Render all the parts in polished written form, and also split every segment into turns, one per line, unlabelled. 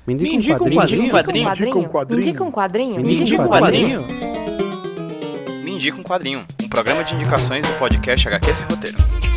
Me indica um quadrinho.
Me indica um quadrinho.
Me indica um quadrinho.
Me indica um quadrinho. Um programa de indicações do podcast HQ Sem Roteiro.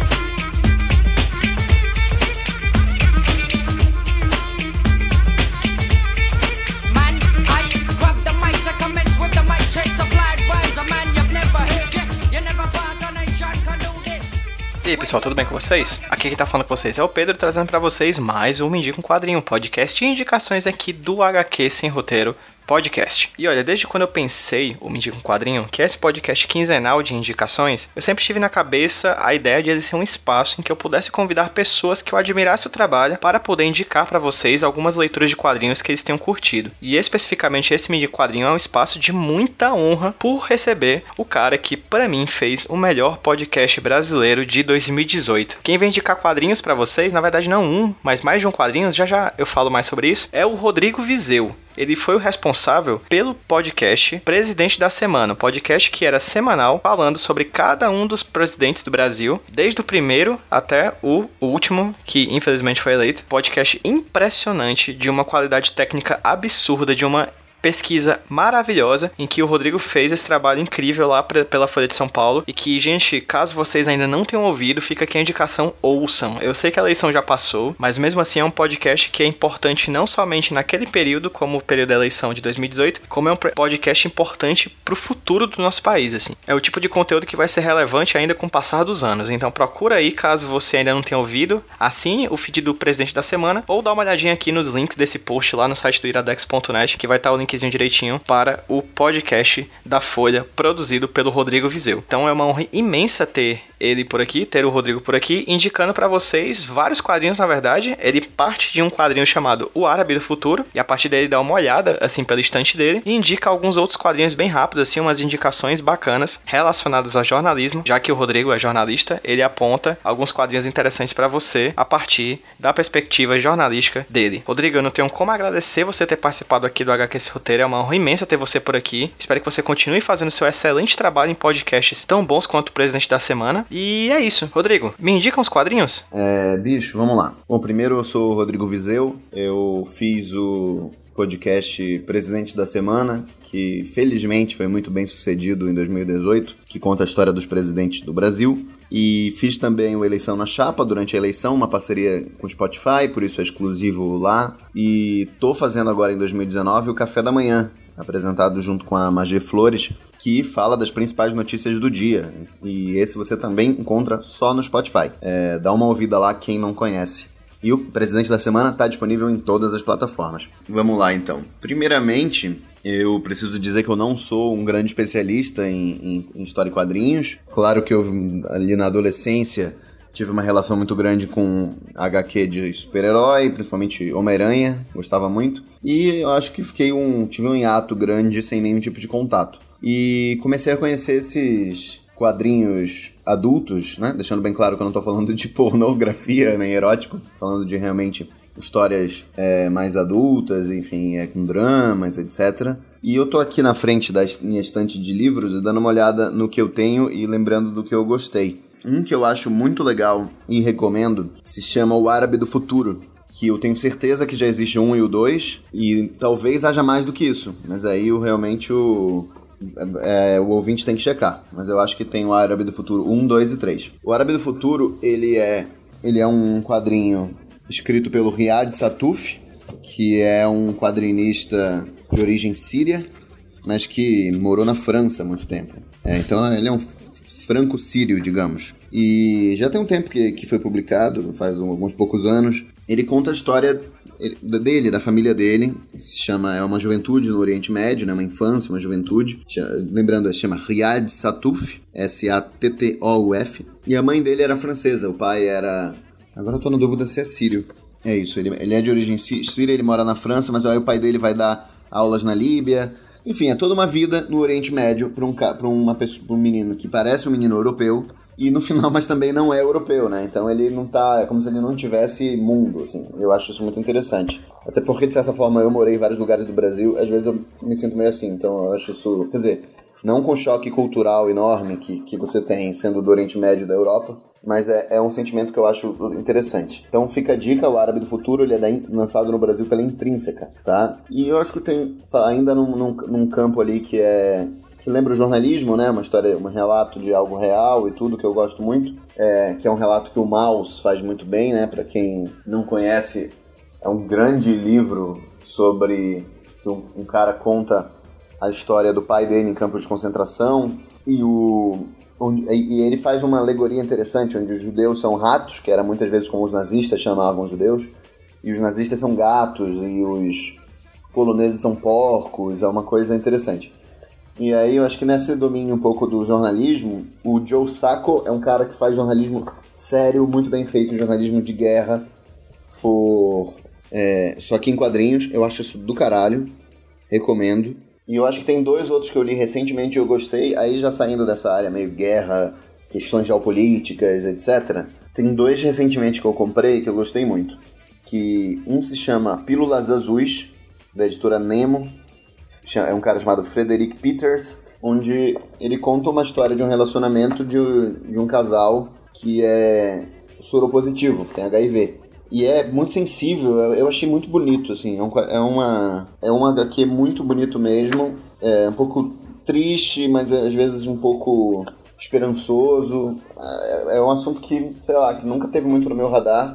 E aí pessoal, tudo bem com vocês? Aqui quem tá falando com vocês é o Pedro, trazendo pra vocês mais um Me Indica um Quadrinho, podcast de indicações aqui do HQ Sem Roteiro podcast. E olha, desde quando eu pensei o Me Indica um Quadrinho, que é esse podcast quinzenal de indicações, eu sempre tive na cabeça a ideia de ele ser um espaço em que eu pudesse convidar pessoas que eu admirasse o trabalho para poder indicar para vocês algumas leituras de quadrinhos que eles tenham curtido. E especificamente esse Me Indica um Quadrinho é um espaço de muita honra por receber o cara que para mim fez o melhor podcast brasileiro de 2018. Quem vem indicar quadrinhos para vocês, na verdade não um, mas mais de um quadrinho, já eu falo mais sobre isso, é o Rodrigo Vizeu. Ele foi o responsável pelo podcast Presidente da Semana, um podcast que era semanal, falando sobre cada um dos presidentes do Brasil, desde o primeiro até o último, que infelizmente foi eleito. Podcast impressionante, de uma qualidade técnica absurda, de uma pesquisa maravilhosa, em que o Rodrigo fez esse trabalho incrível lá pela Folha de São Paulo, e que, gente, caso vocês ainda não tenham ouvido, fica aqui a indicação, ouçam. Eu sei que a eleição já passou, mas mesmo assim é um podcast que é importante não somente naquele período, como o período da eleição de 2018, como é um podcast importante pro futuro do nosso país, assim. É o tipo de conteúdo que vai ser relevante ainda com o passar dos anos, então procura aí, caso você ainda não tenha ouvido, assine o feed do Presidente da Semana, ou dá uma olhadinha aqui nos links desse post lá no site do iradex.net, que vai estar o link direitinho para o podcast da Folha, produzido pelo Rodrigo Vizeu. Então é uma honra imensa ter ele por aqui, ter o Rodrigo por aqui, indicando para vocês vários quadrinhos, na verdade. Ele parte de um quadrinho chamado O Árabe do Futuro, e a partir dele dá uma olhada, assim, pela estante dele, e indica alguns outros quadrinhos bem rápidos, assim, umas indicações bacanas relacionadas a jornalismo, já que o Rodrigo é jornalista, ele aponta alguns quadrinhos interessantes para você, a partir da perspectiva jornalística dele. Rodrigo, eu não tenho como agradecer você ter participado aqui do HQ Sem Roteiro, é uma honra imensa ter você por aqui. Espero que você continue fazendo seu excelente trabalho em podcasts tão bons quanto o Presidente da Semana. E é isso. Rodrigo, me indica uns quadrinhos?
Bicho, vamos lá. Bom, primeiro eu sou o Rodrigo Vizeu. Eu fiz o podcast Presidente da Semana, que felizmente foi muito bem sucedido em 2018, que conta a história dos presidentes do Brasil. E fiz também o Eleição na Chapa durante a eleição, uma parceria com o Spotify, por isso é exclusivo lá. E tô fazendo agora em 2019 o Café da Manhã, apresentado junto com a Magê Flores, que fala das principais notícias do dia. E esse você também encontra só no Spotify. Dá uma ouvida lá quem não conhece. E o Presidente da Semana está disponível em todas as plataformas. Vamos lá então. Primeiramente, eu preciso dizer que eu não sou um grande especialista em história e quadrinhos. Claro que eu, ali na adolescência, tive uma relação muito grande com HQ de super-herói, principalmente Homem-Aranha, gostava muito. E eu acho que tive um hiato grande sem nenhum tipo de contato. E comecei a conhecer esses quadrinhos adultos, né? Deixando bem claro que eu não tô falando de pornografia nem erótico, falando de realmente histórias mais adultas, enfim, com dramas, etc. E eu tô aqui na frente da minha estante de livros e dando uma olhada no que eu tenho e lembrando do que eu gostei. Um que eu acho muito legal e recomendo se chama O Árabe do Futuro, que eu tenho certeza que já existe o 1 e o 2, e talvez haja mais do que isso, mas aí o ouvinte tem que checar. Mas eu acho que tem o Árabe do Futuro 1, 2 e 3. O Árabe do Futuro, ele é um quadrinho escrito pelo Riad Sattouf, que é um quadrinista de origem síria, mas que morou na França há muito tempo. Então ele é um franco-sírio, digamos. E já tem um tempo que foi publicado, faz alguns poucos anos. Ele conta a história dele, da família dele. É uma juventude no Oriente Médio, né? Uma infância, uma juventude. Lembrando, se chama Riad Sattouf, Sattouf. E a mãe dele era francesa, o pai era... Agora eu tô na dúvida se é sírio. É isso, ele é de origem síria, ele mora na França, mas aí o pai dele vai dar aulas na Líbia. Enfim, é toda uma vida no Oriente Médio para um menino que parece um menino europeu e no final, mas também não é europeu, né? Então ele não tá... É como se ele não tivesse mundo, assim. Eu acho isso muito interessante. Até porque, de certa forma, eu morei em vários lugares do Brasil. Às vezes eu me sinto meio assim. Então eu acho isso... Quer dizer, Não com o choque cultural enorme que você tem sendo do Oriente Médio e da Europa, mas é um sentimento que eu acho interessante. Então fica a dica, o Árabe do Futuro, ele é lançado no Brasil pela Intrínseca, tá? E eu acho que tem ainda num campo ali que lembra o jornalismo, né? Uma história, um relato de algo real e tudo, que eu gosto muito, que é um relato que o Maus faz muito bem, né? Para quem não conhece, é um grande livro sobre um cara conta a história do pai dele em campos de concentração e ele faz uma alegoria interessante, onde os judeus são ratos, que era muitas vezes como os nazistas chamavam os judeus, e os nazistas são gatos, e os poloneses são porcos, é uma coisa interessante. E aí eu acho que nesse domínio um pouco do jornalismo, o Joe Sacco é um cara que faz jornalismo sério, muito bem feito, jornalismo de guerra, só que em quadrinhos. Eu acho isso do caralho, recomendo. E eu acho que tem 2 outros que eu li recentemente e eu gostei, aí já saindo dessa área meio guerra, questões geopolíticas, etc. Tem 2 recentemente que eu comprei que eu gostei muito. Que um se chama Pílulas Azuis, da editora Nemo. É um cara chamado Frederick Peters, onde ele conta uma história de um relacionamento de um casal que é soropositivo, tem HIV. E é muito sensível, eu achei muito bonito, assim, é uma HQ muito bonito mesmo, é um pouco triste, mas às vezes um pouco esperançoso, é um assunto que, sei lá, que nunca teve muito no meu radar,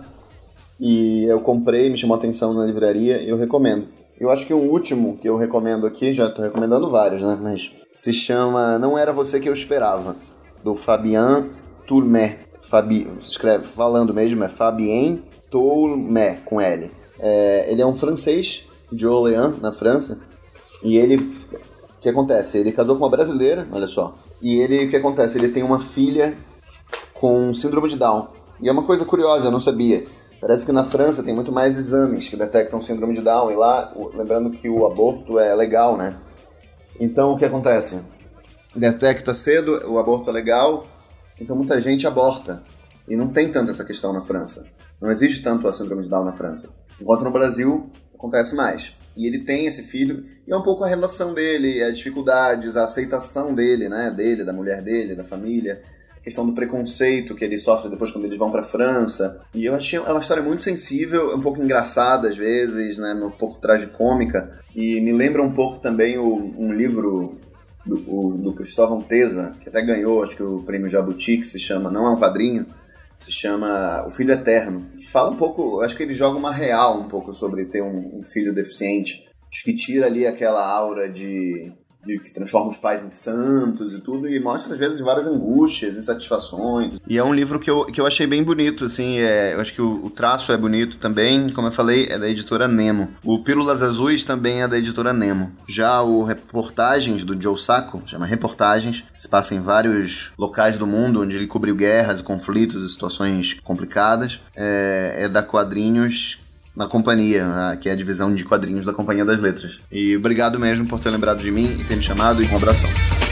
e eu comprei, me chamou a atenção na livraria e eu recomendo. Eu acho que um último que eu recomendo aqui, já tô recomendando vários, né, mas se chama Não Era Você Que Eu Esperava, do Fabien Toulmé, escreve falando mesmo, é Fabien Toulmé, com L. Ele é um francês, de Orléans, na França, e ele... O que acontece? Ele casou com uma brasileira, olha só, e o que acontece? Ele tem uma filha com síndrome de Down, e é uma coisa curiosa, eu não sabia. Parece que na França tem muito mais exames que detectam síndrome de Down, e lá, lembrando que o aborto é legal, né? Então, o que acontece? Detecta cedo, o aborto é legal, então muita gente aborta, e não tem tanto essa questão na França. Não existe tanto a síndrome de Down na França. Enquanto no Brasil, acontece mais. E ele tem esse filho, e é um pouco a relação dele, as dificuldades, a aceitação dele, né? Dele, da mulher dele, da família. A questão do preconceito que ele sofre depois quando eles vão pra França. E eu achei uma história muito sensível, um pouco engraçada às vezes, né? Um pouco tragicômica. E me lembra um pouco também um livro do Cristóvão Teza, que até ganhou, acho que o prêmio Jabuti, que se chama Não é um Quadrinho, se chama O Filho Eterno, que fala um pouco, acho que ele joga uma real um pouco sobre ter um filho deficiente, acho que tira ali aquela aura de que transforma os pais em santos e tudo, e mostra às vezes várias angústias, insatisfações. E é um livro que eu achei bem bonito, assim, eu acho que o traço é bonito também, como eu falei, é da editora Nemo. O Pílulas Azuis também é da editora Nemo. Já o Reportagens do Joe Sacco, chama Reportagens, se passa em vários locais do mundo onde ele cobriu guerras, conflitos e situações complicadas, é da Quadrinhos na Companhia, que é a divisão de quadrinhos da Companhia das Letras. E obrigado mesmo por ter lembrado de mim e ter me chamado, e um abração.